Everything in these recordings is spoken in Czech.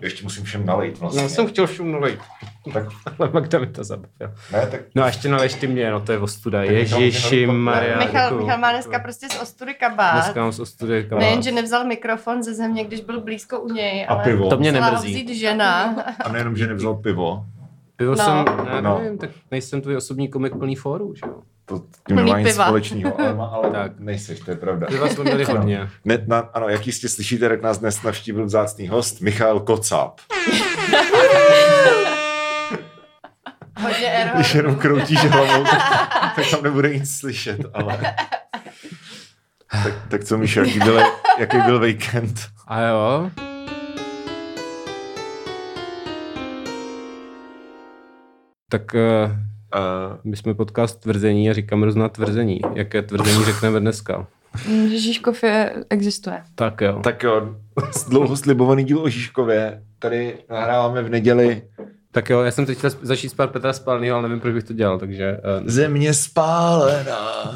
ještě musím všem nalejt vlastně. No, jsem chtěl všem nalejt. Tak. Ale Magda mi to zabavil. Ne, tak... No a ještě nalejš ty mě, no to je ostuda. Ježišimarja. Michal má dneska prostě z ostudy kabát. Dneska mám z ostudy kabát. Nejenže nevzal mikrofon ze země, když byl blízko u něj, a ale pivo. To mě musela ho nemrzí. vzít žena. A nejenom, že nevzal pivo. Pivo No. jsem, nevím, tak nejsem tvůj osobní komik plný fóru, že jo? To nemá nic piva. společného, ale Tak. nejseš, to je pravda. Piva jsme měli hodně. Ano, jak jistě slyšíte, tak nás dnes navštívil vzácný host Michal Kocáb. Hodně error. Když jenom kroutíš hlavou, tak tam nebude nic slyšet, ale... Tak co, Míšo, jaký byl víkend? A jo? Tak my jsme podcast tvrzení a říkáme různá tvrzení. Jaké tvrzení řekneme dneska? Že Žižkov existuje. Tak jo. Tak jo, dlouho slibovaný díl o Žižkově. Tady nahráváme v neděli. Tak jo, já jsem teď chtěl začít spát Petra Spálnýho, ale nevím, proč bych to dělal, takže... Země spálená.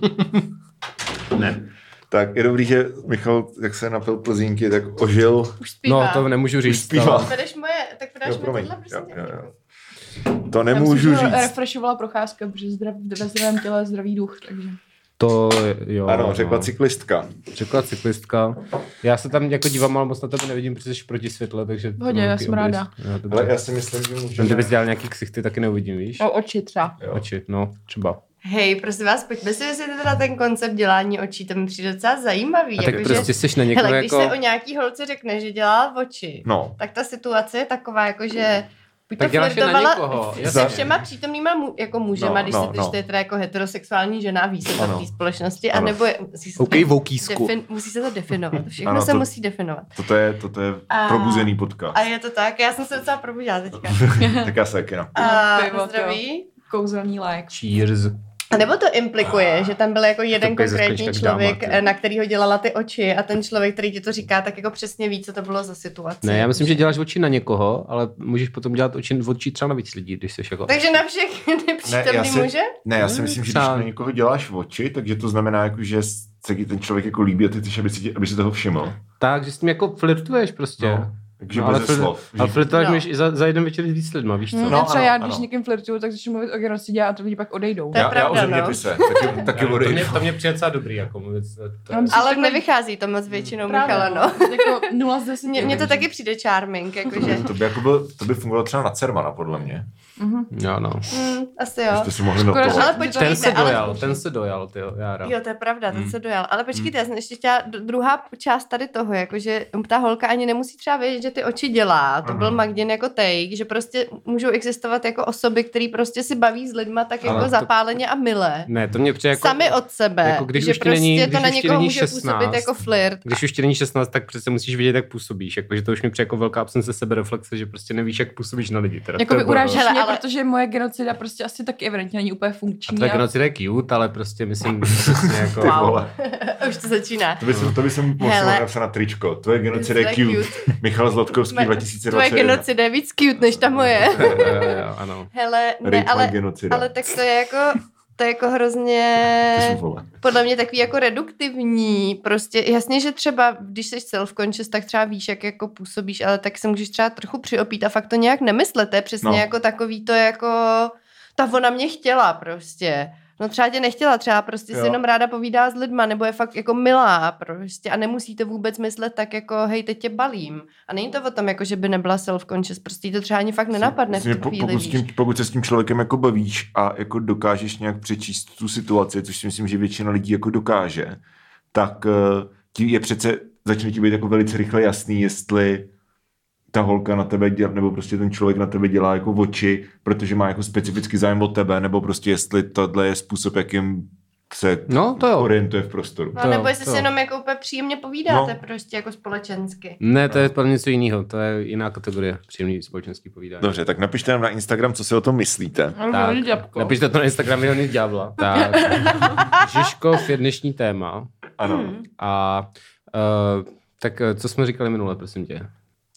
Ne. Tak je dobrý, že Michal, jak se napil plzínky, tak ožil. Už zpívá. No, to nemůžu říct. zpívá. ale- Vedeš moje, tak podáš mi tohle, prosím. Jo. To nemůžu říct. Refreshovala procházka, protože ve zdravém těle je zdravý duch, takže... To jo. Ano, řekla no. cyklistka. Řekla cyklistka. Já se tam jako dívám, ale moc na tebe nevidím, protože jsi proti světle, takže... Hodně, já jsem ráda. Ale já si myslím, že můžeme... Kdybys dělal nějaký ksichty, taky neuvidím, víš? No, oči třeba. Jo. Oči, no, třeba. Hej, prosím vás, pojďme si vysvětlit teda ten koncept dělání očí, to mi přijde docela zajímavý. A tak jako, prostě jsi na někoho hele, když jako... se o nějaký holce řekne, že dělá oči, No. tak ta situace je taková, jako že buď Tak to děláš je na flirtovala někoho, se jasně. všema přítomnýma jako mužema, když se je teda jako heterosexuální žena, ví se to v té společnosti, anebo musí se to, voukýsku. musí se to definovat. Všechno Ano, se to- musí definovat. Toto je probuzený podcast. A je to tak, já jsem se docela probudila teďka. Tak já se taky, no. A pivo, zdraví. Kouzelný lék. Cheers. A nebo to implikuje, že tam byl jako jeden To je ze konkrétní sklenička člověk, dáma, ty. na kterýho dělala ty oči a ten člověk, který ti to říká, tak jako přesně ví, co to bylo za situaci. Ne, já myslím, že děláš oči na někoho, ale můžeš potom dělat oči třeba na víc lidí, když jsi jako... Takže na všechny přítomný muže? Ne, já si myslím, že když na někoho děláš oči, takže to znamená, jako, že se ti ten člověk jako líbí a ty chceš, aby si toho všiml. Tak, že s tím jako flirtuješ prostě. No, takže ale bez slov. Ale flirtuješ No. můžeš i za jeden večer s víc lidma, víš co? No, No, třeba ano, já, ano. když s někým flirtuju, tak začnu mluvit o genocidě a to lidi pak odejdou. To je Já pravda, o země no. pise, taky to odejdu. mě přijde docela dobrý, jako mluvit. No, myslím, Ale že nevychází to moc většinou, právě, Michala, no. Jako 0 z 10. Mně to taky přijde charming, jakože. To by fungovalo třeba na Cermana, podle mě. Jo, no. Asi jo. Jste si mohli Škoda, notovat. Ale počkejte, Ten se dojal, tyjo, Jára. Jo, to je pravda, ten se dojal. Ale počkejte, já jsem ještě chtěla druhá část tady toho, jakože ta holka ani nemusí třeba vědět, že ty oči dělá. To byl Magdin jako take, že prostě můžou existovat jako osoby, který prostě si baví s lidma tak Ale jako to- zapáleně a milé. Ne, to mě přijde jako... Sami od sebe, jako když že už ti prostě není- to když na už ti někoho není může 16. působit jako flirt. Když už ti není 16, tak přece musíš vědět, jak působíš. Jakože to už mi přijde jako velká absence sebereflexe, že prostě nevíš, jak působíš na lidi. Teda. Jakoby To je urážíš Hele, mě, ale- protože moje genocida prostě asi taky evidentně není úplně A funkční. to je genocida je cute, ale prostě myslím, přesně jako... Ty Wow. vole. Už to začíná. To by jsem mohl Hele. napsat na tričko. Tvoje genocida je Genocida je cute. Michal Zlatkovský Tvoje 2021. genocida je víc cute než ta moje. Jo, ano. Hele, ne, Rape my ale genocida. tak to je jako hrozně, Ty jsi vole. podle mě takový jako reduktivní, prostě jasně, že třeba, když jsi self-conscious, tak třeba víš, jak jako působíš, ale tak se můžeš třeba trochu přiopít a fakt to nějak nemyslet, to je přesně No. jako takový to jako, ta ona mě chtěla prostě. No třeba tě nechtěla, třeba prostě si Jo. jenom ráda povídá s lidma, nebo je fakt jako milá prostě a nemusí to vůbec myslet tak jako hej, teď tě balím. A není to o tom, jako že by nebyla self-conscious, prostě jí to třeba ani fakt nenapadne v Myslím, tu chvíli, víš. pokud se s tím člověkem jako bavíš a jako dokážeš nějak přečíst tu situaci, což si myslím, že většina lidí jako dokáže, tak ti je přece, začne ti být jako velice rychle jasný, jestli ta holka na tebe dělá, nebo prostě ten člověk na tebe dělá jako oči, protože má jako specifický zájem o tebe, nebo prostě jestli tohle je způsob, jakým se No, to jo. orientuje v prostoru. No, To- nebo jestli to- si jenom jako úplně příjemně povídáte prostě jako společensky. Ne, to je pro něco jiného, to je jiná kategorie příjemný společenský povídání. Dobře, tak napište nám na Instagram, co si o tom myslíte. Tak, napište to na Instagram Milný ďábla. Tak, Žižkov je dnešní téma. Ano. A tak co jsme říkali minule, prosím tě?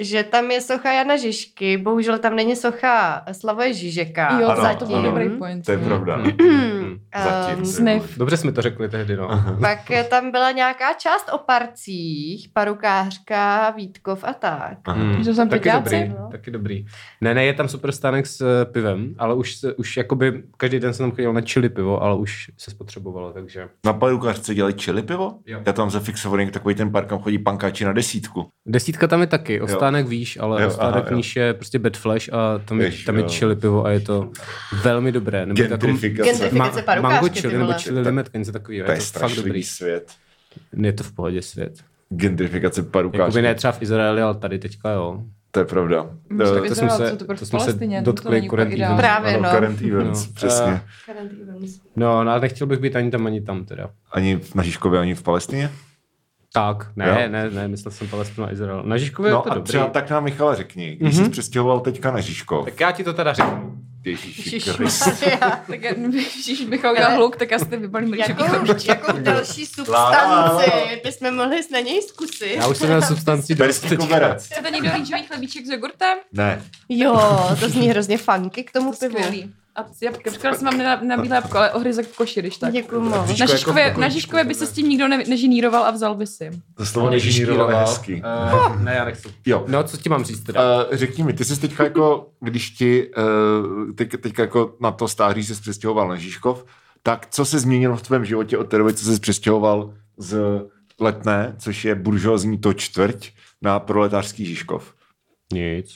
že tam je socha Jana Žižky, bohužel tam není socha Slavoje Žižeka. Jo, Ano, to byl ano. dobrý point. To je pravda. Zatím. Sniff. Dobře jsme to řekli tehdy, no. Pak tam byla nějaká část o parcích, parukářka, Vítkov a tak. Že jsem Taky piťáci. dobrý, taky dobrý. Ne, je tam super stánek s pivem, ale už jakoby každý den jsem tam chodil na chili pivo, ale už se spotřebovalo, takže... Na parukářce dělají chili pivo? Jo. Já tam zafixovaný takový ten park, kam chodí pankáči na 10. 10 tam je taky, o stánek výš, ale Jo, o stánek aha, níž je prostě bed flash a tam je Jo. chili pivo a je to velmi dobré. Nebo Gentrifikace parukářky, mango ty chili nebo vole. chili limetka, něco takového. To Je je to fakt strašlivý dobrý. svět. Je to v pohodě svět. Gentrifikace parukářky. Jakoby ne třeba v Izraeli, ale tady teďka jo. To je pravda. To To jsme se, co to to jsme se dotkli není current úplně events. Právě, Ano, no. current events, No. přesně. No, ale nechtěl bych být ani tam teda. Ani na Žižkově, ani v Palestině? Tak, ne, myslel jsem Palestinu a Izrael. Na Žižkově je No to a dobrý. třeba tak nám Michala řekni, když jsi přestěhoval teďka na Žižkov. Tak já ti to teda řeknu. Ježiši Kriste. Ježišmarja. Tak když bych udělal hluk, tak asi vybalím mlíček. Jakou další substanci bychom mohli na něj zkusit. Já už jsem měl substanci dost Perský teďka. koberec. Chcete někdo rýžový chlebíček s jogurtem? Ne. Jo, to zní hrozně funky k tomu pivu. Skvělý. A s jabkem. Včera jsem vám na bílé jabko, ale ohryzek v koši, když tak. Děkuju moc. Víš, Na Žižkově by se s tím nikdo nežiníroval a vzal by si. To slovo nežiníroval je hezky. Ne, já nechci. Jo. No, co ti mám říct teda? Řekni mi, ty jsi teďka jako, když ti teďka jako na to stáří se přestěhoval na Žižkov, tak co se změnilo v tvém životě od té doby, co se přestěhoval z Letné, což je buržoazní to čtvrť, na proletářský Žižkov? Nic.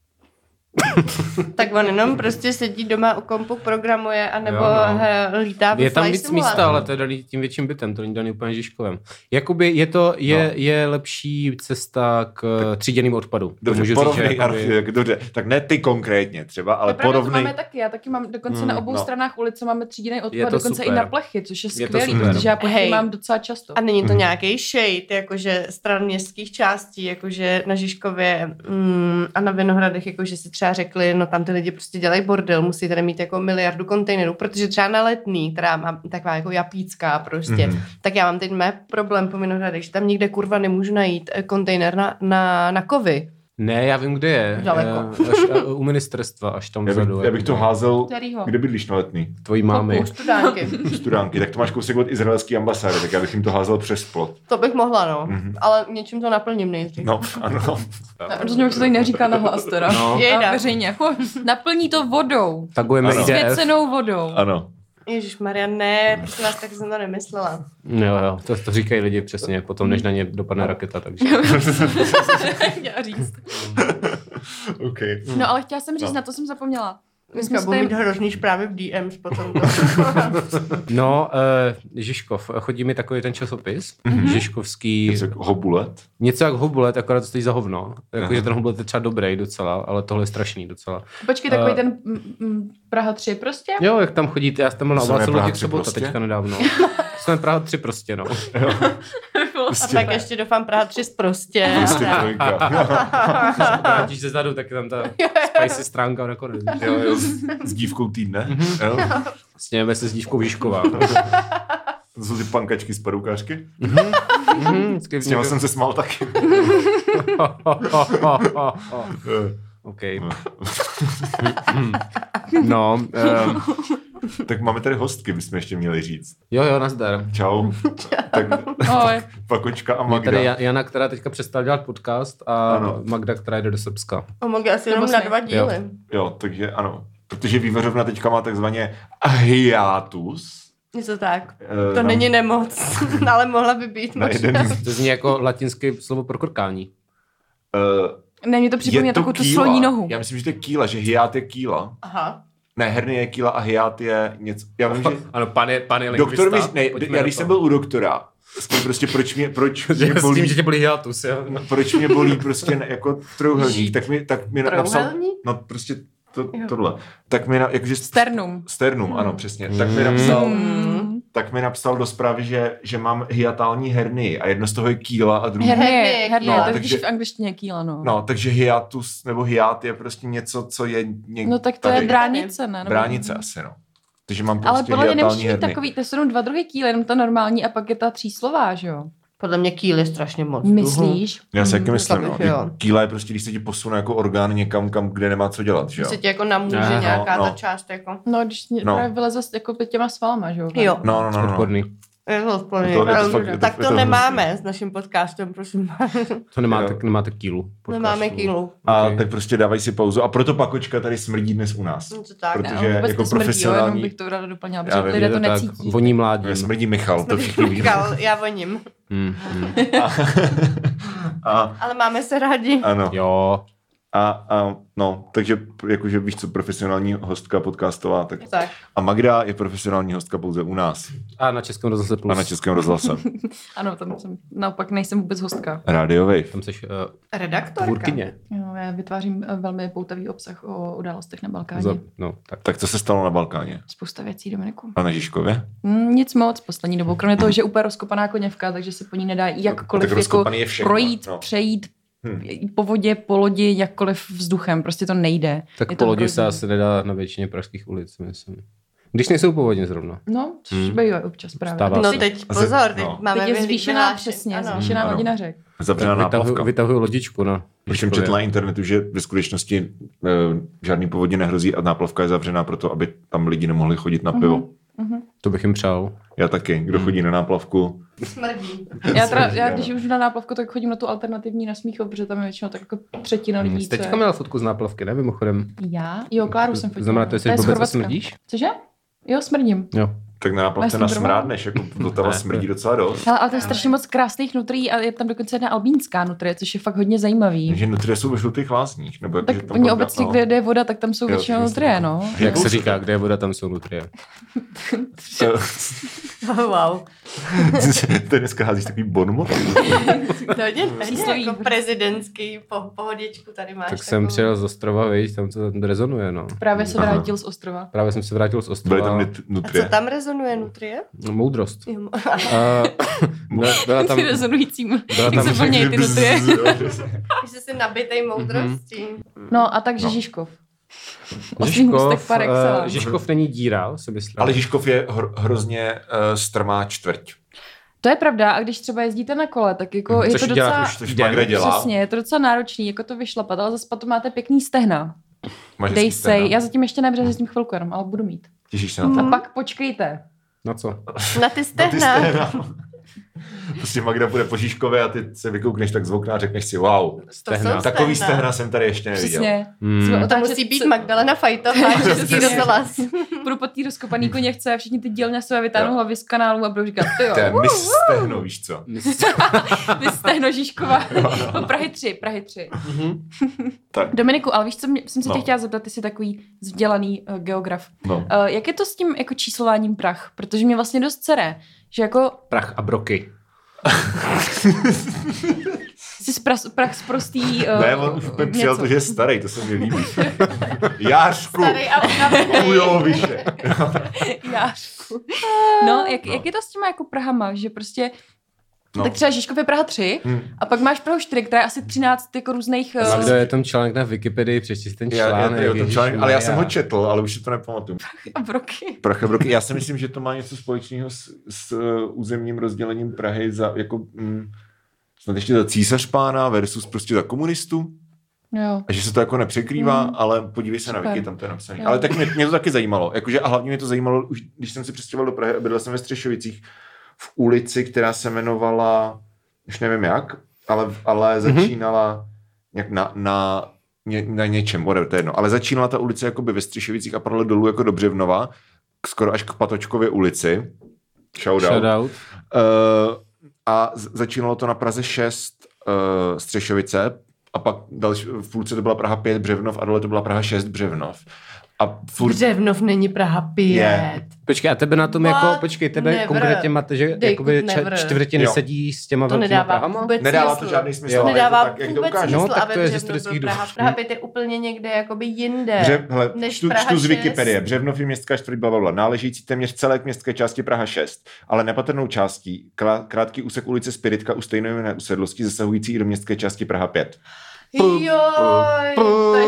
Tak on jenom prostě sedí doma u kompu, programuje, anebo Jo, no. lítá v Je tam flight víc simulátoru. místa, ale to je daný tím větším bytem, to není daný úplně Žižkovem. Jakoby je lepší cesta k tříděným odpadu. To Dobře, můžu porovnej, říct, že jakoby- dobře, tak ne ty konkrétně třeba, ale Pravda, to porovnej. máme taky, já taky mám dokonce na obou no. stranách ulice máme tříděný Je odpad, to dokonce super. i na plechy, což je Je to skvělý, super. protože já plechy Hej. mám docela často. A není to nějaký shade, jakože stran městských částí, jakože na Žižkově a na Vinohradech, jakože si třeba řekli, no tam ty lidi prostě dělají bordel, musí tady mít jako miliardu kontejnerů, protože třeba na Letný, která má taková jako japícká prostě, tak já mám teď problém po Vinohradech, že tam nikde kurva nemůžu najít kontejner na kovy. Ne, já vím, kde je. Daleko. U ministerstva, až tam Já vzadu. bych to házel, Kterýho? kde bydlíš na Letný? Tvojí mámy. U studánky. Studánky, tak to máš kousek od izraelské ambasády, tak já bych jim to házel přes plot. To bych mohla, no. Ale něčím to naplním nejdřív. No, ano. Rozumím, že se tady neříká nahlas teda. No. Jejda. A veřejně. Naplní to vodou. Tagujeme Ano. IDF. Svěcenou vodou. Ano. Ježišmarja, ne, prosím vás, tak jsem to nemyslela. Jo, to říkají lidi přesně, potom než na ně dopadne raketa, takže. Chtěla říct. OK. No ale chtěla jsem říct, na to jsem zapomněla. My jsme Já se budu mít tady... hrozný zprávy v DMs potom. No, Žižkov, chodí mi takový ten časopis, Žižkovský, Něco jako hobulet. něco jak Hobulet, akorát to stojí za hovno. Jakože ten Hobulet je třeba dobrý docela, ale tohle je strašný docela. Počkej, takový ten Praha 3 prostě? Jo, jak tam chodíte, já jsem tam byl na To se jmenuje obláce Praha Luděk 3 Sobota prostě? teďka nedávno. To je Praha 3 prostě, no. A tak ještě doufám Praha 3 prostě. Prostě trojka. Vrátíš ze zadu, tak je tam ta spicy stránka nakonec. Jo, s dívkou týdne. Jo. Sněme se s dívkou Žižková. To jsou ty pankačky z parukářky. Vždycky S těma jsem se smál taky. OK. No, Tak máme tady hostky, bychom ještě měli říct. jo, nazdar. Čau. Tak Ahoj. Pakočka a Je Magda. tady Jana, která teďka přestala dělat podcast a Ano. Magda, která jde do Srbska. Omega asi jenom na 2 díly. Jo, takže ano. Protože Vývařovna teďka má takzvaně hiatus. Něco tak. To Tam není nemoc, ale mohla by být na možná. jeden To zní jako latinské slovo pro krkání. Ne, mě to připomíná takovou tu kýla. sloní nohu. Já myslím, že to je kýla, že hiat je kýla. Aha. Ne, hernie je kýla a hiat je něco. Já vím, že Ano, pan je doktor mi, lingvista. ne, Pojďme já na když to. jsem byl u doktora, s tím prostě proč mě S tím, bolí, že tě bolí hiatus, jo. proč mě bolí prostě jako trojuhelník, tak mi napsal, Trouhelník? no prostě tohle. Tak mi jakože Sternum. ano, přesně. Tak mi napsal do zprávy, že mám hiatální hernii a jedno z toho je kýla a druhý. Hernie, No, to je takže- v angličtině kýla, no. No, takže hiatus nebo hiat je prostě něco, co je někde No tak to tady. je bránice, ne? Nebo- Bránice asi, no. Takže mám Ale prostě podle mě hiatální nemusíš mít herny. takový, to jsou dva druhy kýly, jenom ta normální a pak je ta tříslová, že jo? Podle mě kýl je strašně moc. Myslíš? Já si taky myslím, bych, no. jo. Kýla je prostě, když se ti posune jako orgán někam, kde nemá co dělat, že jo? Se ti jako namůže Aha, nějaká no. ta část jako. No, když právě vyleze jako těma svalama, že jo? Jo. No. Odporný. Je to odporný. Je to fakt- Tak je to to nemáme s naším podcastem, prosím. To nemáte kýlu. Nemáme kýlu. A Okay. tak prostě dávaj si pauzu. A proto Pakočka tady smrdí dnes u nás. To tak. Protože Ne, vůbec jako nesmrdí, profesionální... jenom bych to ráda doplnila, Já protože vím, lidé Je to tak, necítí. voní mládím. Smrdí Michal, to všichni víme. Říkal, já voním. A, Ale máme se rádi. ano. Jo. A no, takže jakože víš co, profesionální hostka podcastová, tak... Tak. A Magda je profesionální hostka pouze u nás. A na Českém rozhlase plus. A na Českém rozhlase. Ano, tam jsem, naopak nejsem vůbec hostka. Radio Wave. Tam seš Redaktorka. tvůrkyně. Jo, já vytvářím velmi poutavý obsah o událostech na Balkáně. No, tak. Tak co se stalo na Balkáně? Spousta věcí, Dominiku. A na Žižkově? Nic moc poslední dobou, kromě toho, že je úplně rozkopaná koněvka, takže se po ní nedá jakkoliv Tak jako rozkopaný je všechno, projít, no. přejít po vodě, po lodi, jakkoliv vzduchem, prostě to nejde. Tak Je po to lodi hrozný. se asi nedá na většině pražských ulic, myslím. Když nejsou povodně zrovna. No, což bývá občas právě. Stává No se. teď pozor, teď No. máme Teď je zvýšená vyhlášení. přesně, Ano. zvýšená Ano. hladina řek. Zavřená náplavka. Vytahuju lodičku, no. Když jsem četl na internetu, že ve skutečnosti žádný povodně nehrozí a náplavka je zavřená proto, aby tam lidi nemohli chodit na pivo. To bych jim přál. Já taky. Kdo chodí na náplavku? Smrdí. Já když už na náplavku, tak chodím na tu alternativní na Smíchov, protože tam je většinou tak jako třetina lidí. Jsi co teďka je- měla fotku z náplavky, ne? Mimochodem. Já? Jo, Kláru jsem fotila. Znamená to, že To je jsi z vůbec Chorvatska. smrdíš? Cože? Jo, smrdím. Jo. Tak na náplavce Já jsem nasmrádneš, jako Vltava smrdí docela dost. Hele, ale to je strašně moc krásných nutrí a je tam dokonce jedna albínská nutrie, což je fakt hodně zajímavý. Takže nutrie jsou ve žlutých lázních. Nebo Tak že tam oni tam- obecně, no. kde je voda, tak tam jsou Jo, většinou myslím, nutrie, jako- no. Jak se říká, kde je voda, tam jsou nutrie. Wow. Ty dneska házíš takový bonmot. To je Přísloví. jako prezidentský pohodičku tady máš. Tak jsem přijel z ostrova, víš, tam to rezonuje, no. Právě se Aha. vrátil z ostrova. Právě jsem se vrátil z Byly ostrova. tam A nutrie. co tam rezonuje nutrie? No, moudrost. Jo. Byla tam... Ty rezonujícím. Byla Jak tam se plnějí ty nutrie. Že jsi nabitej moudrostí. No a takže Žižkov. Oslý můstek par excellence. Žižkov není díra, si myslím. Ale Žižkov je hrozně strmá čtvrť. To je pravda, a když třeba jezdíte na kole, tak jako je Což to dělá, docela... což Magda dělá. Přesně, je to docela náročný, jako to vyšlapat, ale zase potom máte pěkný stehna. Máš Dej hezký se, stehna. já zatím ještě nebře jezdím chvilku jenom, ale budu mít. Těšíš se na to? A pak počkejte. Na co? Na ty stehna. Prostě Magda bude po Žižkově a ty se vykoukneš tak z okna a řekneš si wow, To jsou takový stehna jsem tady ještě neviděl. Přesně. To Otáčet musí být se- Magdalena Fajtová, Český rozhlas. Budu po té rozkopaný koněvce a všichni ty dílňasové vytáhnou hlavy z kanálu a budou říkat, ty jo, To je Miss Stehno, víš co? vy stehno Žižkova. Prahy 3. Tak, Dominiku, ale víš, co jsem se tě No. chtěla zeptat, ty jsi takový vzdělaný geograf. no. Jak je to s tím jako číslováním prach? Protože mě vlastně dost cere, že jako Prach a broky. jsi prach z prostý... Ne, on už úplně přijal to, že je starý, to se mi líbí. Jářku, Starý a ujo, vyše. Jářku. No, jak je to s těma jako Prahama, že prostě No. tak třeba Žižkov je Praha 3 a pak máš Prahu 4, která je asi 13 jako různých... Magdo, je tam článek na Wikipedii, přečti si ten článek. Ale já jsem ho četl, ale už si to nepamatuju. a broky. Prach a broky. Já si myslím, že to má něco společného s územním rozdělením Prahy za jako snad ještě za císařpána versus prostě za komunistů. Jo. A že se to jako nepřekrývá, ale podívej se na Super. Wiki, tam to je napsané. Jo. Ale tak mě to taky zajímalo. Jakože, a hlavně mě to zajímalo, už když jsem se přestěhoval do Prahy a bydlel jsem ve Střešovicích v ulici, která se jmenovala, už nevím jak, ale začínala nějak na něčem, whatever, to je jedno. Ale začínala ta ulice jakoby ve Střešovicích a padla dolů jako do Břevnova, skoro až k Patočkově ulici. Shoutout. A začínalo to na Praze 6 Střešovice a pak další, v půlce to byla Praha 5 Břevnov a dole to byla Praha 6 Břevnov. A furt Břevnov není Praha 5. Je. Počkej, a tebe na tom What? jako, počkej, tebe Never. konkrétně máte, že They jakoby could never. čtvrtiny Jo. sedí s těma To velkýma nedává Prahama? vůbec nedává smysl. to žádný smysl. Jo. To ale je nedává tak, jak to vůbec ukážeš. No, smysl, tak aby to je z Břevnov historických byl Praha. důvodů. Praha 5 je úplně někde jakoby jinde. Hele, než čtu Praha z 6. Wikipedie. Břevnov je městská čtvrť blablabla, náležící téměř celé k městské části Praha 6, ale nepatrnou částí krátký úsek ulice Spiritka u stejnojmenné usedlosti zasahující i do městské části Praha 5. Joj, to je šílený.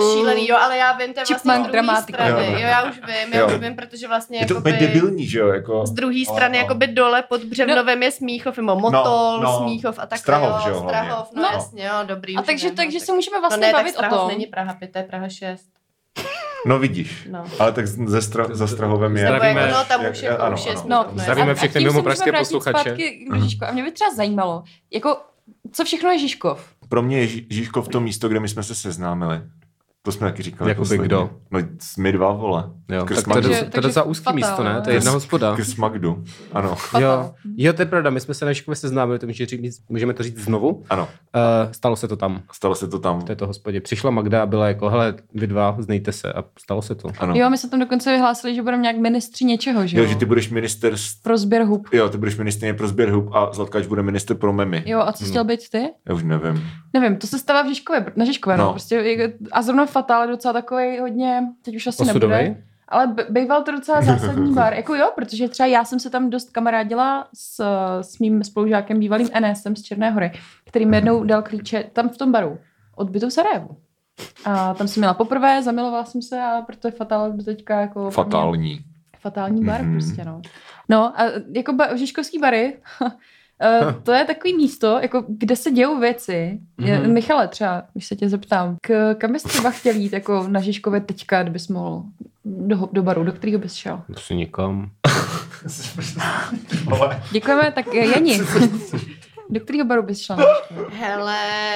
Jo, ale já vím, to je vlastně z druhé strany. Jo. Jo, já už vím, protože vlastně je to úplně debilní, že jo? Jako, z druhé strany, jakoby dole pod Břevnovem je Smíchov, Motol, Smíchov a tak. Strahov, že jo? Strahov, jasně, jo, dobrý. A takže se můžeme vlastně bavit o tom. Není Praha 5, to je Praha 6. No vidíš, ale tak za Strahovem je... Zdravíme, tam už je zdravíme všechny mimo pražské posluchače. A mě by třeba zajímalo, jako, co všechno je Žižkov? Pro mě je Žižkov to místo, kde my jsme se seznámili. To jsme taky říkali. Jakoby kdo? No, my dva, vole. Jo, tak to je docela úzký místo, ne? To je jedna hospoda. Krz Magdu, ano. Jo, to je pravda, my jsme se na Žižkově seznámili, to můžeme to říct znovu. Ano. Stalo se to tam. V této hospodě. Přišla Magda a byla jako, hele, vy dva, znejte se a stalo se to. Ano. Jo, my jsme tam dokonce vyhlásili, že budeme nějak ministři něčeho, že jo? Jo, že ty budeš minister pro sběr hub. Jo, ty budeš ministryně pro sběr hub a Zlatkáč bude minister pro memy. Jo, a co chtěl být ty? Já už nevím. Nevím, to se stává v Žižkově, na Žižkově, no. Prostě, a zrovna Fatál je docela takový hodně, teď už asi osudovej? Nebude. Ale býval to docela zásadní bar. Jako jo, protože třeba já jsem se tam dost kamarádila s mým spolužákem bývalým NSem z Černé Hory, který mi jednou dal klíče tam v tom baru od bytu v Sarajevu. A tam jsem měla poprvé, zamilovala jsem se a proto je Fatál do teďka jako... Fatální bar prostě, no. No a jako Žižkovský bary... to je takový místo, jako, kde se dějou věci. Michale, třeba, když se tě zeptám, kam bys třeba chtěl jít jako na Žižkově teďka, kdybys mohl do baru, do kterého bys šel? Prostě nikam. Děkujeme, tak Jani, do kterého baru bys šel na Žižkově? Hele,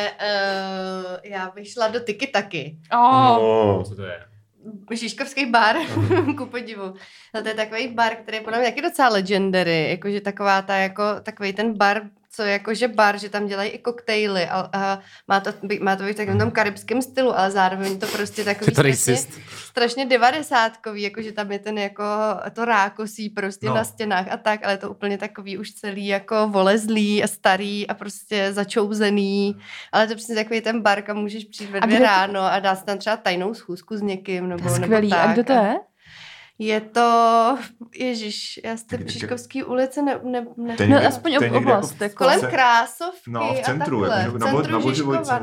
já bych šla do Tiki Taky. Co to je? Žižkovský bar, ku podivu. No, to je takový bar, který je podle mě taky docela legendary, jakože taková ta, jako takový ten bar, co jakože bar, že tam dělají i koktejly a má to být v takovém tom karibském stylu, ale zároveň to prostě takový strašně 90kový, jakože tam je ten jako to rákosí prostě na stěnách a tak, ale je to úplně takový už celý jako volezlý a starý a prostě začouzený, ale to přesně takový ten bar, kam můžeš přijít ve 2 ráno a dá se tam třeba tajnou schůzku s někým nebo skvělý. Tak. A kde to je? Je to, ježiš, já z té Příškovské ulice no, aspoň oblast. Jako kolem Krásovky v centru, a takhle. V centru Žižkova,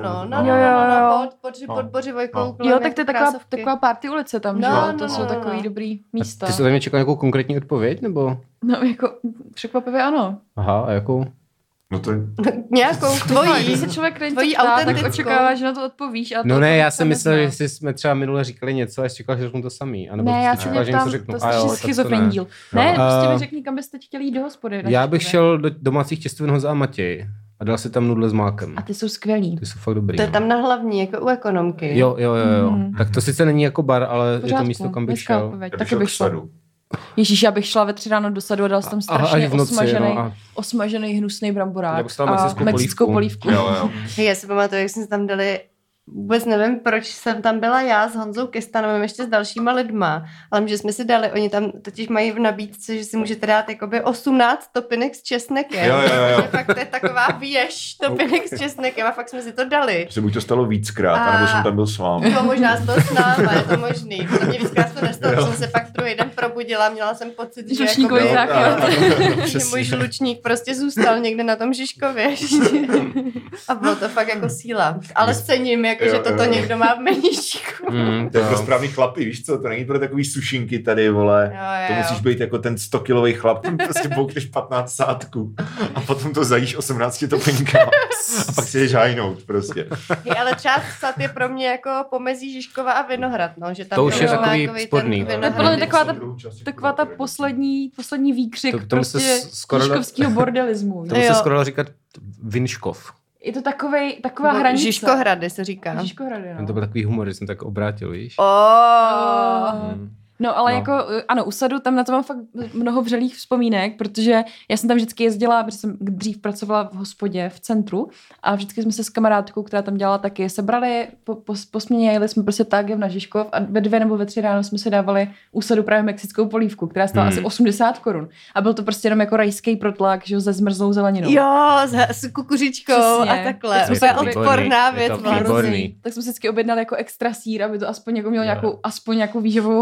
pod Bořivojkou. Jo, tak to je taková party ulice tam, že jo? To jsou takový dobrý místa. Ty jsi tam čekal nějakou konkrétní odpověď, nebo? No, jako překvapivě ano. Aha, a jakou? No to nějakou tvojí. Když se člověk tvojí tak očekává, že na to odpovíš. A no ne, já jsem myslel, že jsme třeba minule říkali něco a jsi čekal, že řeknu to samý. A nebo ne, já čekal, že něco řeknu. To je schizofrenní díl. Ne, prostě mi řekni, kam byste chtěli jít do hospody. Já bych šel do domácích těstovin Honza a Matěj a dal si tam nudle s mákem. A ty jsou skvělí. Ty jsou fakt dobrý. To je tam na hlavní, jako u ekonomky. Jo. Tak to sice není jako bar, ale je to místo, kam bych šel. Taky bych šel. Ježíš, já bych šla ve 3 ráno do sadu a dal jsem tam strašně osmažený hnusný bramborák a mexickou polívku. Já si pamatuju, jak jsme tam dali, vůbec nevím, proč jsem tam byla já s Honzou Kestanovým, ještě s dalšíma lidma, ale že jsme si dali, oni tam totiž mají v nabídce, že si můžete dát jakoby 18 topinek s česnekem. Jo. Fakt to je taková věž topinek s česnekem a fakt jsme si to dali. Se buď to stalo víckrát, anebo jsem tam byl s vámi. Jo, možná to s náma, je to možný. Potom mě víckrát to nestalo, jsem se pak druhý den probudila, měla jsem pocit, že že můj žlučník prostě zůstal někde na tom Žižkově. A bylo to fakt jako síla. Ale cením, jakože toto někdo má v meníčku. To je pro správný chlapy, víš co, to není pro takový sušinky tady, vole. To musíš být jako ten 100-kilový chlap, ten prostě boukneš 15 sádků a potom to zajíš 18 topinkama a pak si jdeš hajnout prostě. Ale třeba sad je pro mě jako pomezí Žižkova a Vinohrad, no, že tam to už je takový sporný. To je podle mě taková ta poslední výkřik prostě žižkovského bordelismu. To se skoro dalo říkat Vinškov. Je to taková hranice. Žižkohrady se říká. Žižkohrady, no. To byl takový humor, že jsem tak obrátil, víš? No, ale jako, ano, u sadu tam na to mám fakt mnoho vřelých vzpomínek, protože já jsem tam vždycky jezdila, protože jsem dřív pracovala v hospodě v centru a vždycky jsme se s kamarádkou, která tam dělala taky, sebrali po směně, jeli jsme prostě tágem na Žižkov a ve 2 nebo ve 3 ráno jsme si dávali u sadu právě mexickou polívku, která stála asi 80 korun. A byl to prostě jenom jako rajský protlak, že se zmrzlou zeleninou. Jo, s kukuřičkou a takhle. To je odporná věc. Tak jsme si vždycky objednali jako extra sýr, aby to aspoň jako mělo aspoň nějakou výživovou hodnotu.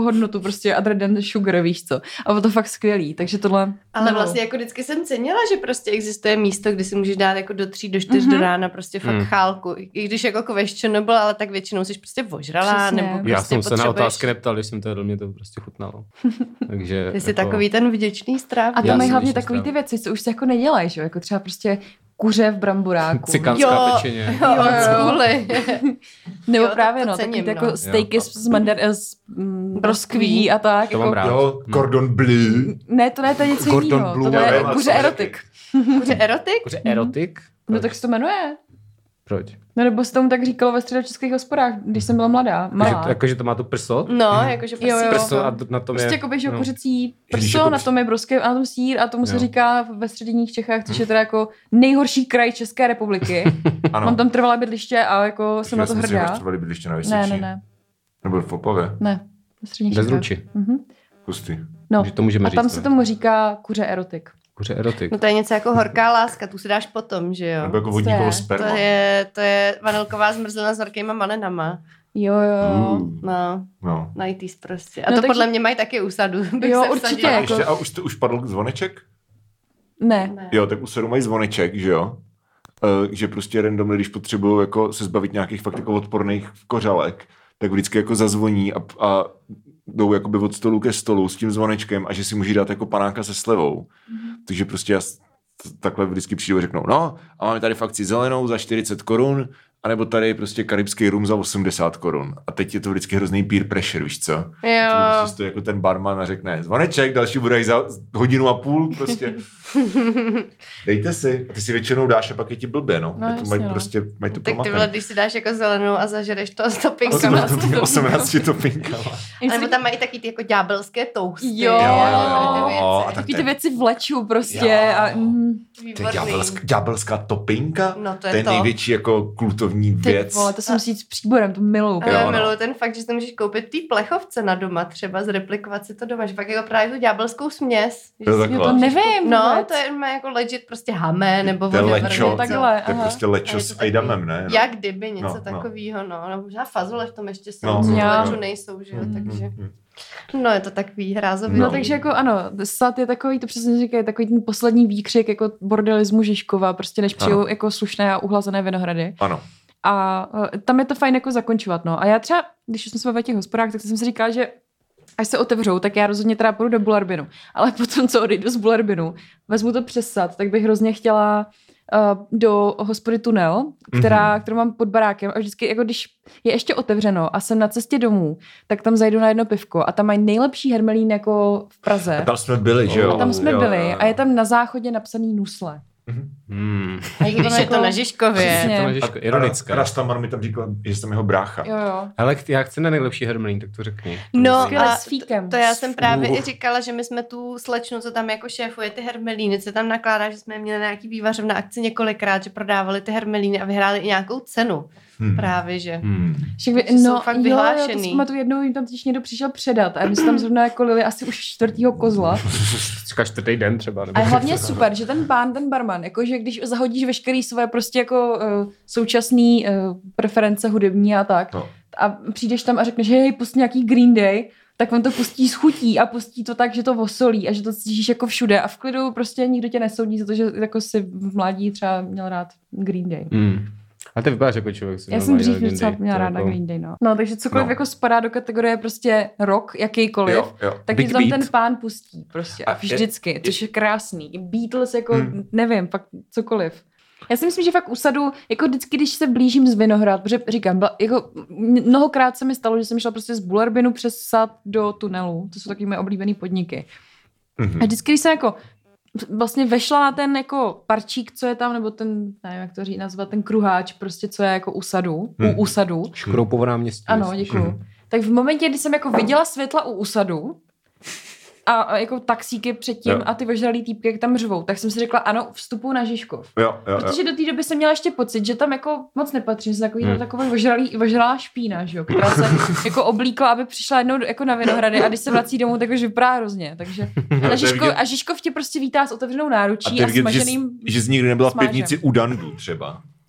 prostě other than sugar, víš co. A bylo to fakt skvělý, takže tohle Ale nebylo. vlastně jako vždycky jsem cenila, že prostě existuje místo, kde si můžeš dát jako do 3, do 4 do rána prostě fakt chálku. I když jako questionable, ale tak většinou jsi prostě ožrala, Přesně. nebo prostě Já jsem se na potřebuješ- otázky neptal, když jsem to jedl, mě to prostě chutnalo. Takže Ty jsi jako... takový ten vděčný strávník. A Já tam mají jsem hlavně vděčný takový ty strávník. věci, co už se jako nedělají, že jo? Jako třeba prostě kuře v bramboráku. Cikánská pečeně. Jo, schooly. Nebo Jo, právě to no, cením, takový no. jako stejky z broskví a tak. To mám rád. Jo, cordon bleu. Ne, to je něco Gordon jiného. Blue, To já je vím, kuře co erotik. Kuře erotik? Kuře erotik? No tak se to jmenuje. Proč? No nebo se tomu tak říkalo ve středočeských hospodách, když jsem byla malá. Jakože to má to prso? No, jakože Jo, jo. Prso a na tom Prostě je... jako běží kuřecí Když prso, jako na tom je broský a na tom sír a tomu se Jo. říká ve středních Čechách, což je teda jako nejhorší kraj České republiky. Ano. Mám tam trvalé bydliště a jako jsem na to hrdá. Trvalý bydliště na Vysočí. Ne. Nebo v Opavě. Ne, ve středních Bez Čechách. ruči. Hustý. No, Že to můžeme a tam říct, se ne? tomu říká kuře erotik. Kuře erotik. No to je něco jako horká láska, tu si dáš potom, že jo? Nebo jako vodníkovo je? sperma. To je vanilková zmrzlina s horkýma malinama. Jo. No, No. 90s prostě. A No, to takže- podle mě mají taky úsadu. bych Jo, se určitě. vsadila. Jako- Ještě, a už padl zvoneček? Ne. Ne. Jo, tak u sedu mají zvoneček, že jo? Že prostě randomly, když potřebují jako se zbavit nějakých fakt jako odporných kořalek, tak vždycky jako zazvoní a jdou jakoby od stolu ke stolu s tím zvonečkem a že si může dát jako panáka se slevou. Takže prostě já takhle vždycky přijdu a řeknou, no a máme tady fakt zelenou za 40 korun, anebo tady prostě karibský rum za 80 korun. A teď je to vždycky hrozný peer pressure, víš co? Jo. Prostě stojí jako ten barman a řekne, zvoneček, další bude za 1,5 hodiny, prostě. Dejte si. A ty si většinou dáš a pak je ti blbě, no. No, Je to jasně, mají no. prostě, mají to Tak ty vole, promachané. když si dáš jako zelenou a zažereš to s topinkama. 18 topinkama. Nebo tam mají taky ty jako ďábelské toasty. Jo. A tak Takový to ty je- věci vleču prostě. Jo. A, To je ďábelská topinka? No, to je to je to. největší jako kultovní ty věc. vole, to jsem musí jít s příborem, to miluju. Ale Jo, já no. miluji ten fakt, že si to můžeš koupit v té plechovce na doma třeba, zreplikovat si to doma, že fakt jako právě tu ďábelskou směs. Že Jo, si- takhle. Jo, to nevím. No, vůbec. to je má jako legit prostě hamé, nebo To je whatever, lečo. něco. Takhle. To je aha. prostě A lečo je s to takový- ajdamem, ne? No. Jak kdyby něco No, takového, no. Nebo možná fazole v tom ještě jsou, No, co no, leču no. nejsou, že jo, takže... No, je to takový hrázový. No, No. takže jako ano, sad je takový, to přesně říkají, takový ten poslední výkřik jako bordelismu Žižkova, prostě než přijou jako slušné a uhlazené vinohrady. Ano. A tam je to fajn jako zakončovat, no. A já třeba, když jsme se bavili o těch hospodách, tak jsem si říkala, že až se otevřou, tak já rozhodně teda půjdu do Bularbinu. Ale potom, co odejdu z Bularbinu, vezmu to přes sad, tak bych hrozně chtěla do hospody Tunel, kterou mám pod barákem a vždycky, jako když je ještě otevřeno a jsem na cestě domů, tak tam zajdu na jedno pivko a tam mají nejlepší hermelín jako v Praze. A tam jsme byli, že jo? A tam jsme Jo, byli jo, jo. a je tam na záchodě napsaný nusle. A i když je to na Žižkově. Přesně. Je to Ježiško, ironická. Rastamar mi tam říkal, že jsem jeho brácha. Jo. Hele, já chci na nejlepší hermelín, tak to řekni. No Skvěle a s fíkem. to já jsem právě i říkala, že my jsme tu slečnu, co tam jako šéfuje ty hermelíny, co tam nakládá, že jsme je měli na nějaký vývařovna akci několikrát, že prodávali ty hermelíny a vyhráli i nějakou cenu. Právě, že. Však Takže jsou fakt to vyhlášený. si pamatuju, jednou jim tam totiž někdo přišel předat a my jsme tam zrovna jako lili asi už 4. kozla. Říkáš 4. den třeba. Nebo A je hlavně super, že ten barman, jakože když zahodíš veškerý své prostě jako současný preference hudební a tak, No. a přijdeš tam a řekneš, hej, pust nějaký Green Day, tak on to pustí s chutí a pustí to tak, že to osolí a že to cítíš jako všude a v klidu prostě nikdo tě nesoudí za to, že jako si v mládí třeba měl rád Green Day. A ty vypadáš jako člověk. Já jsem dřív docela měla ráda Green Day, no. No, takže cokoliv jako spadá do kategorie prostě rock, jakýkoliv, Jo. tak Big ti tam Beat. ten pán pustí prostě. A A vždycky, což je krásný. I Beatles jako, nevím, fakt cokoliv. Já si myslím, že fakt usadu, jako vždycky, když se blížím z Vinohrad, protože říkám, jako mnohokrát se mi stalo, že jsem šla prostě z Bularbinu přes sad do tunelu, to jsou taky moje oblíbené podniky. A vždycky, když jsem jako vlastně vešla na ten jako parčík, co je tam, nebo ten, nevím, jak to říct, nazvat, ten kruháč, prostě, co je jako u usadu. Škroupovo náměstí. Ano, děkuju. Tak v momentě, kdy jsem jako viděla světla u usadu a jako taxíky předtím Jo. a ty ožralý týpky, jak tam řvou, tak jsem si řekla, ano, vstupu na Žižkov. Jo. Protože do té doby jsem měla ještě pocit, že tam jako moc nepatřím, jsem takový ožralá špína, že jo, která se jako oblíkla, aby přišla jednou jako na Vinohrady a když se vrací domů, tak už vypadá hrozně. Takže a Žižkov tě prostě vítá s otevřenou náručí a vidět, smaženým že jsi nikdy nebyla v smážem. pivnici u Dandu třeba.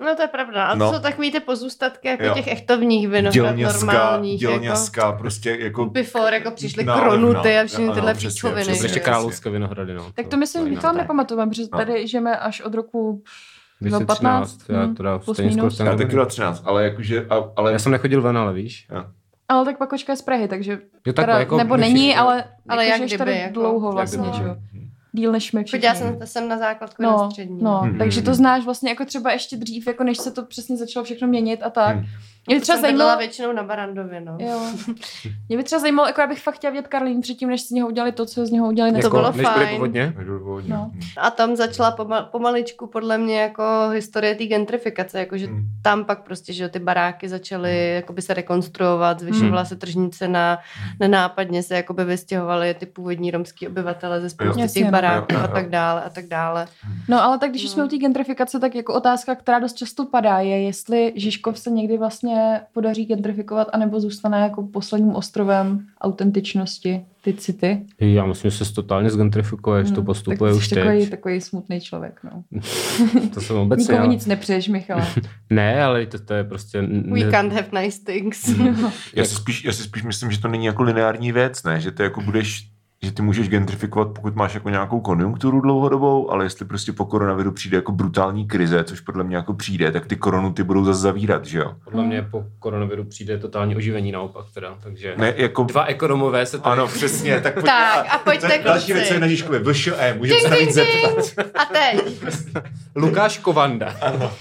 No to je pravda, ale to jsou takový ty pozůstatky jako Jo. těch echtovních vinohrad normálních. Dělňaská, jako, prostě jako... Before, jako přišly kronuty a všechny tyhle píčoviny. Přesně, ještě královské vinohrady, no. Tak to myslím, že vám nepamatuju, protože tady žijeme až od roku 2013, já teda stejně skoro Já taky 2013, ale jakože... Ale... Já jsem nechodil ven, ale víš. Ja. Ale tak pak kočka je z Prahy, takže... Jo, tak jako nebo není, ale jak že kdyby, tady jako, dlouho vlastně, že jo. Díl než my všichni. Já jsem na základku na střední. Takže to znáš vlastně jako třeba ještě dřív, jako než se to přesně začalo všechno měnit a tak. Mě by třeba jsem zajímalo... většinou na Barandově, no. Jo. Mě by třeba zajímalo, jako já bych fakt chtěla vidět Karlín předtím, než z něho udělali to, co z něho udělali. To bylo než fajn. Povodně? No. A tam začala pomaličku podle mě jako historie té gentrifikace, jakože tam pak prostě, že ty baráky začaly jakoby se rekonstruovat, zvyšovala se tržnice na nápadně se jakoby vystěhovali ty původní romský obyvatele ze spousty těch baráků a tak dále a tak dále. No ale tak když jsme u té gentrifikace, tak jako otázka, která dost často padá, je, jestli Žižkov se někdy vlastně podaří gentrifikovat, anebo zůstane jako posledním ostrovem autentičnosti, ty city. Já myslím, že se totálně zgentrifikuje, že to postupuje už teď. Takový smutný člověk, no. To jsem obecně. Nikomu nic nepřeješ, Michale. Ne, ale to je prostě... We can't have nice things. Já si spíš myslím, že to není jako lineární věc, ne? Že to jako že ty můžeš gentrifikovat, pokud máš jako nějakou konjunkturu dlouhodobou, ale jestli prostě po koronaviru přijde jako brutální krize, což podle mě jako přijde, tak ty korunuty budou zase zavírat, že jo? Podle mě po koronaviru přijde totální oživení naopak teda, takže ne, jako... dva ekonomové se tady... Ano, přesně, tak tak a pojďte kluci. Další věc je na Žižkově, VŠE, můžeme se navíc zeptat. A teď. Lukáš Kovanda. Ano.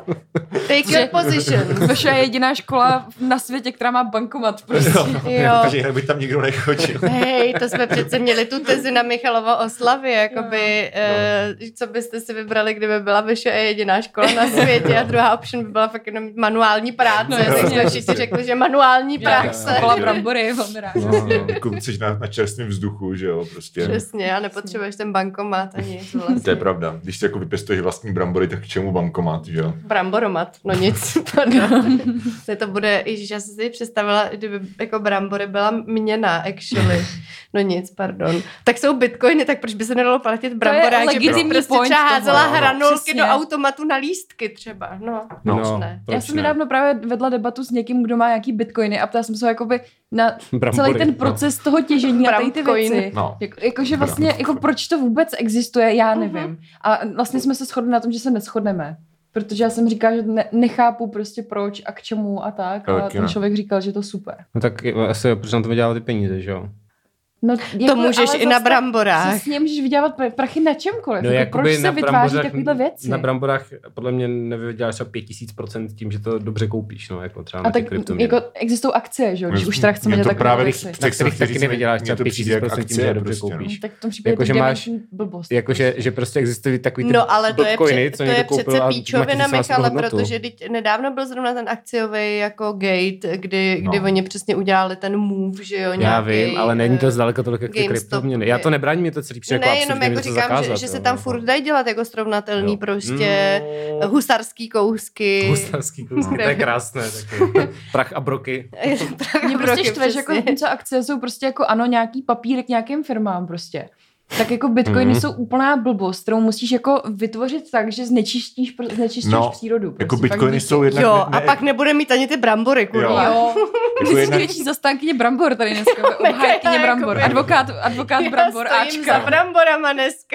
Take your position. Což je jediná škola na světě, která má bankomat. Prostě. Jo. Takže jinak by tam nikdo nechodil. Hej, to jsme přece měli tu tezi na Michalovo oslavě, jakoby, co byste si vybrali, kdyby byla VŠE jediná škola na světě a druhá option by byla fakt jenom manuální práce. No, tak jsme všichni řekli, že manuální práce. Byla brambory, velmi rád. Jako jsi na čerstvém vzduchu, že jo, prostě. Přesně, a nepotřebuješ ten bankomat ani nic vlastně. To je pravda. Když si jako vypěstuješ vlastní brambory, tak k čemu bankomat, že jo? Bramboromat, no nic, pardon. To bude, ježiš, já jsem si představila, kdyby jako brambory byla měna, actually. No nic, pardon. Tak jsou bitcoiny, tak proč by se nedalo platit bramborák, že by prostě třeba házela hranolky do automatu na lístky třeba. No. Ne. Já jsem nedávno právě vedla debatu s někým, kdo má nějaký bitcoiny a ptala jsem se jakoby na celý ten proces toho těžení a tady ty věci. No. Jakože vlastně, jako proč to vůbec existuje, já nevím. A vlastně jsme se shodli na tom, že se neshodneme. Protože já jsem říkala, že nechápu prostě proč a k čemu a tak. A ten člověk říkal, že to super. No tak asi proč nám to vydělá ty peníze, že jo? No, jako, to můžeš i na bramborách. Přesně můžeš vydělávat prachy na čemkoliv. No, jako proč se vytváří takovýhle věci? Na bramborách podle mě nevyděláš třeba 5000% tím, že to dobře koupíš, no, jako třeba na ty kryptoměny. Jako existují akcie, že jo, když už teda chceme dělat takové věci. Na kterých taky nevyděláš třeba 5000% tím, že je dobře koupíš. Tak v tom případě jako, to máš blbost. Jakože že prostě existují takový ty ale bitcoiny, co někdo koupil a má píčovina, 1000 Michale, protože nedávno byl zrovna ten akciový jako gate, kdy oni přesně udělali ten move, že jo, já vím, ale není to zdaleka tolik jako kryptoměny. Já to nebráním, mě to celý přijde jako jenom jako říkám, zakázat, že se tam furt dají dělat jako srovnatelný prostě husarský kousky. Husarský kousky, to je krásné. Taky. Prach a broky. Mě prostě štve, že jako co akcie jsou prostě jako ano, nějaký papírek nějakým firmám prostě. Tak jako bitcoiny jsou úplná blbost, kterou musíš jako vytvořit tak, že znečistíš přírodu. Prostě. Jako bitcoiny jsou jednak... Jo, a pak nebude mít ani ty brambory, kurva. Jo. Ty jsi větší zastánkyně brambor tady dneska. Obhájkyně brambor. Advokát brambor. Já stojím za bramborama dneska.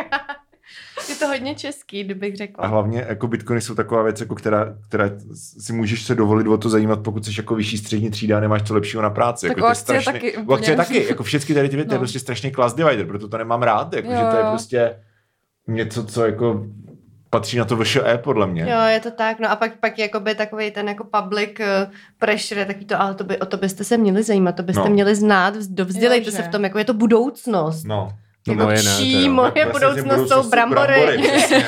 Je to hodně český, kdybych řekla. A hlavně jako bitcoiny jsou taková věc, jako která si můžeš se dovolit o to zajímat, pokud jsi jako vyšší střední třída a nemáš to lepšího na práci. Tak jako akcie taky. Akcie taky. Jako všechny tady ty věci, to je prostě strašně class divider, proto to nemám rád. Jako, že to je prostě něco, co jako patří na to VŠE, podle mě. Jo, je to tak. No a pak jakoby takovej ten jako public pressure, taky to, ale o to byste se měli zajímat, to byste měli znát, dovzdělejte se v tom, jako je to budoucnost. No. Jako moje budoucnost jsou brambory.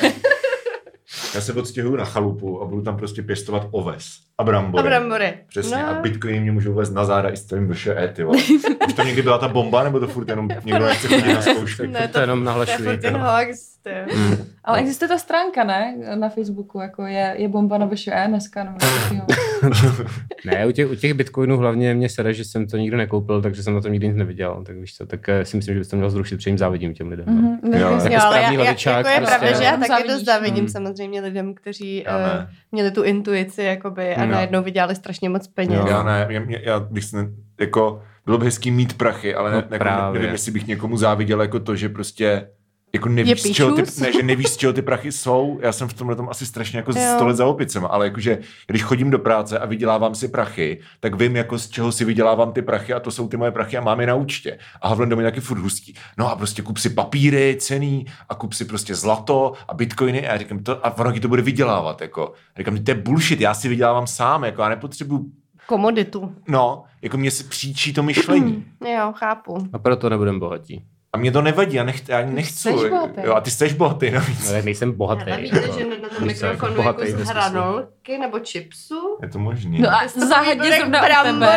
Já se odstěhuju na chalupu a budu tam prostě pěstovat oves a brambory. Přesně. No. A bitcoiny mě můžou vést na záda i s tvým VŠE, ty vole. Už to někdy byla ta bomba, nebo to furt jenom někdo nechce chodit na zkoušky? Ne, to jenom nahlašují. To je furt ten hoax, Ale existuje ta stránka, ne? Na Facebooku, jako je bomba na VŠE dneska, nebo takovýho. Ne, u těch bitcoinů hlavně mě sere, že jsem to nikdo nekoupil, takže jsem na tom nikdy nic neviděl. Tak víš co, tak si myslím, že bys to měl zrušit, protože jim závidím těm lidem. No. Jo, ale správný jako hlavičák je prostě. pravda, že já taky Závidíš. dost závidím samozřejmě lidem, kteří měli tu intuici jakoby, a najednou vydělali strašně moc peněz. Já ne, já bych se jako, bylo by hezký mít prachy, ale nevím, jestli bych někomu záviděl jako to, že prostě jako nevíš, z čeho ty prachy jsou. Já jsem v tomhle tom asi strašně jako 100 let za opicema, ale jakože když chodím do práce a vydělávám si prachy, tak vím, jako z čeho si vydělávám ty prachy a to jsou ty moje prachy a mám je na účtě. A Havlen do mě taky furt hustí. No a prostě kup si papíry cený a kup si prostě zlato a bitcoiny a já říkám to, a ono ti to bude vydělávat. Jako. A říkám, to je bullshit, já si vydělávám sám, jako já nepotřebuju komoditu. No, jako mě se příčí to myšlení. Jo, chápu. A proto nebudem bohatí. A mě to nevadí, já ani nechci. Jo, a ty jsi bohatý, no. No, tak nejsem bohatý. Já víte, že na tom mikrofonu jako z hranolky nebo chipsu. Je to možný. No a záhadně zrovna u tebe.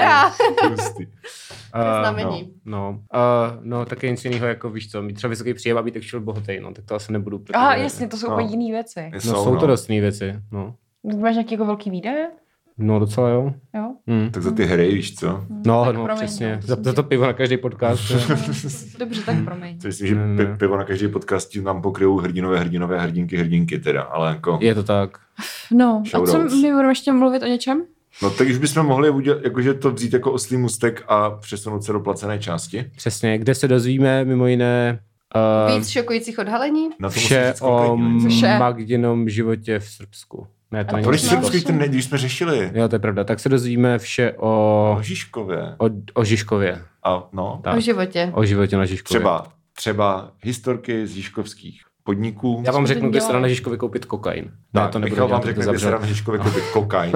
No, taky nic jiného, jako víš co, mít třeba vysoký příjem a být actual bohatý, no, tak to asi nebudu. Protože... Aha, jasně, to jsou úplně jiný věci. Jsou to dost jiný věci, no. Máš nějaký jako velký výdaje? No, docela jo. Tak za ty hry, víš co? No, promiň, přesně. Za to pivo na každý podcast. Dobře, tak promiň. Myslím, že pivo na každý podcast nám pokryjou hrdinové, hrdinky teda, ale jako... Je to tak. No, a co my budeme ještě mluvit o něčem? No tak už bychom mohli udělat, jakože to vzít jako oslý můstek a přesunout se do placené části. Přesně, kde se dozvíme mimo jiné... Víc šokujících odhalení? Vše o Magdinom životě v Srbsku. Ne, to není v Srbsku, když jsme řešili. Jo, to je pravda. Tak se dozvíme vše o Žižkově. O Žižkově. O životě. O životě na Žižkově. Třeba historky z žižkovských podniků. Já vám řeknu, kde se dá na Žižkově koupit kokain. Ne, to nebudu dělat, řekne, kde se dá na Žižkově koupit kokain.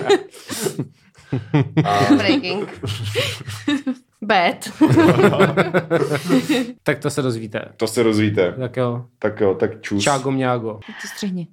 Breaking. Bad. Tak to se dozvíte. To se dozvíte. Tak jo. Tak čus. Čágo mňágo. To střihni.